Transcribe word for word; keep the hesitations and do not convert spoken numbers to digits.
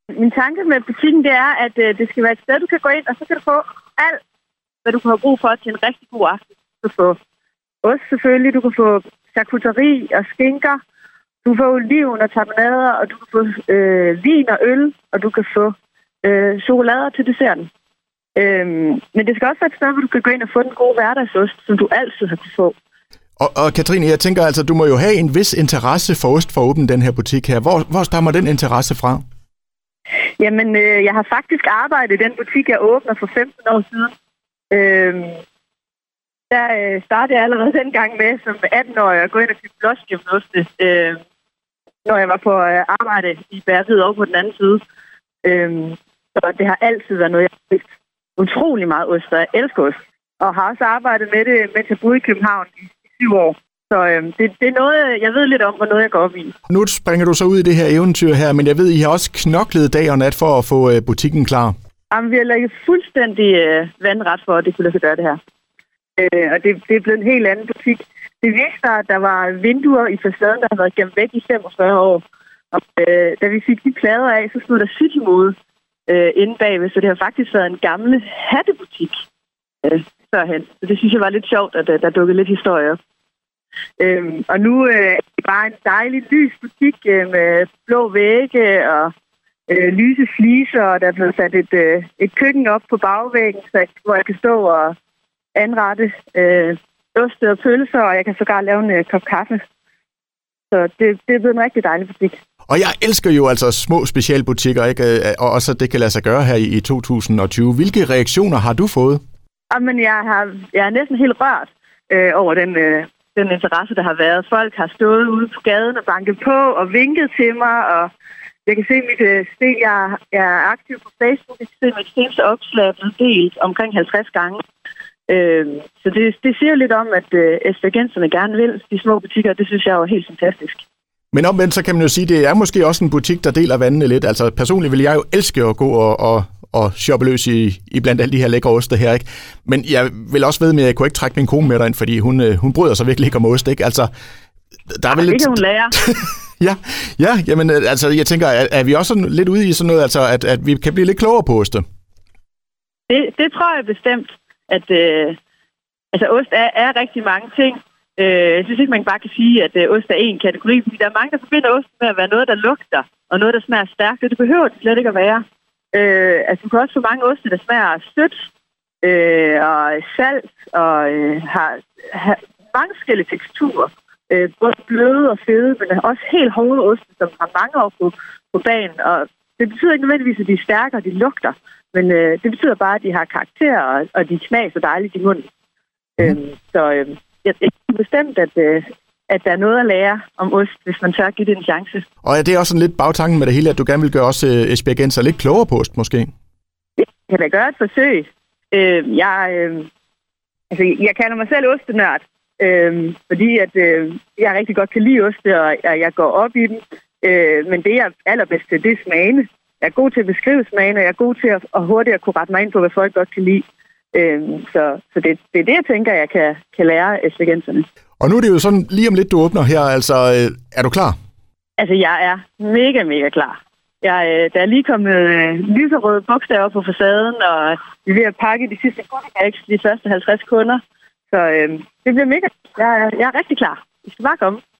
Min tanke med butikken, det er, at øh, det skal være et sted, du kan gå ind, og så kan du få alt, hvad du kan have brug for til en rigtig god aften. Du kan få ost selvfølgelig, du kan få charkuteri og skinker, du kan få oliven og tapenade, og du kan få øh, vin og øl, og du kan få øh, chokolader til desserten. Øhm, men det skal også være et sted, hvor du kan gå ind og få den gode hverdagsost, som du altid har kunnet få. Og, og Katrine, jeg tænker altså, du må jo have en vis interesse for ost for at åbne den her butik her. Hvor, hvor stammer den interesse fra? Jamen, øh, jeg har faktisk arbejdet i den butik, jeg åbner for femten år siden. Øhm, der øh, startede jeg allerede dengang med, som atten-årig, at gå ind og købe blåskimmeloste, øh, når jeg var på øh, arbejde i bageriet over på den anden side. Øhm, så det har altid været noget, jeg har købt utrolig meget ost, og jeg elsker ost. Og har også arbejdet med det, mens jeg boede i København i, i syv år. Så øh, det, det er noget, jeg ved lidt om, og noget, jeg går op i. Nu springer du så ud i det her eventyr her, men jeg ved, I har også knoklet dag og nat for at få øh, butikken klar. Jamen, vi har lagt fuldstændig øh, vandret for, at det kunne lade sig gøre det her. Øh, og det, det er blevet en helt anden butik. Det viste sig, at der var vinduer i facaden, der havde været gemt væk i femogfyrre år. Og øh, da vi fik de plader af, så stod der City Mode øh, inde bagved, så det har faktisk været en gammel hattebutik øh, førhen. Så det synes jeg var lidt sjovt, at øh, der dukkede lidt historie op. Øhm, og nu øh, er det bare en dejlig lys butik øh, med blå vægge og øh, lyse fliser, og der er blevet sat et, øh, et køkken op på bagvæggen, så jeg, hvor jeg kan stå og anrette øh, oste og pølser, og jeg kan sågar lave en øh, kop kaffe. Så det, det er blevet en rigtig dejlig butik. Og jeg elsker jo altså små specialbutikker, ikke? Og også at det kan lade sig gøre her i, i to tusind og tyve. Hvilke reaktioner har du fået? Jamen, jeg, har, jeg er næsten helt rørt øh, over den... Øh, den interesse, der har været. Folk har stået ude på gaden og banket på og vinket til mig, og jeg kan se mit øh, sted, jeg, jeg er aktiv på Facebook, jeg kan se mit seneste opslag er blevet delt omkring halvtreds gange. Øh, så det, det siger jo lidt om, at øh, esbjergenserne gerne vil de små butikker, det synes jeg er jo helt fantastisk. Men omvendt, så kan man jo sige, at det er måske også en butik, der deler vandene lidt. Altså personligt vil jeg jo elske at gå og, og, og shoppe løs i, i blandt alle de her lækre oste her, ikke? Men jeg vil også ved med, at jeg kunne ikke trække min kone med derind, fordi hun, hun bryder sig virkelig ikke om ost, ikke? Altså, der er vel ja, lidt... det kan hun lære. ja, ja, jamen, altså, jeg tænker, er, er vi også sådan lidt ude i sådan noget, altså, at, at vi kan blive lidt klogere på oste? Det, det tror jeg bestemt, at øh, altså, ost er, er rigtig mange ting. Øh, jeg synes ikke, man bare kan sige, at øh, ost er en kategori, fordi der er mange, der forbinder ost med at være noget, der lugter, og noget, der smager stærkt, og det behøver det slet ikke at være. Øh, altså, du kan også få mange oste, der smager sødt, øh, og salt, og øh, har, har mange forskellige teksturer. Øh, både bløde og fede, men også helt hårde oste, som har mange år på, på banen. Og det betyder ikke nødvendigvis, at de er stærke, og de lugter, men øh, det betyder bare, at de har karakter, og, og de smager så dejligt i munden. Mm. Øh, så øh, jeg er bestemt, at... Øh, at der er noget at lære om ost, hvis man tør give det en chance. Og er det også sådan lidt bagtanken med det hele, at du gerne vil gøre også øh, esbjergenser lidt klogere på ost, måske? Jeg kan da gøre et forsøg. Øh, jeg, øh, altså, jeg kalder mig selv ostenørd, øh, fordi at, øh, jeg rigtig godt kan lide oste, og jeg, jeg går op i den. Øh, men det, jeg er allerbedst til, det er smagene. Jeg er god til at beskrive smagene, og jeg er god til at, at hurtigt at kunne rette mig ind på, hvad folk godt kan lide. Øh, så så det, det er det, jeg tænker, jeg kan, kan lære esbjergenserne. Og nu er det jo sådan, lige om lidt du åbner her, altså, øh, er du klar? Altså, jeg er mega, mega klar. Jeg, øh, der er lige kommet øh, lyserøde bogstaver på facaden, og vi er ved at pakke de sidste goodiebags, de første halvtreds kunder. Så øh, det bliver mega. Jeg, jeg er rigtig klar. I skal bare komme.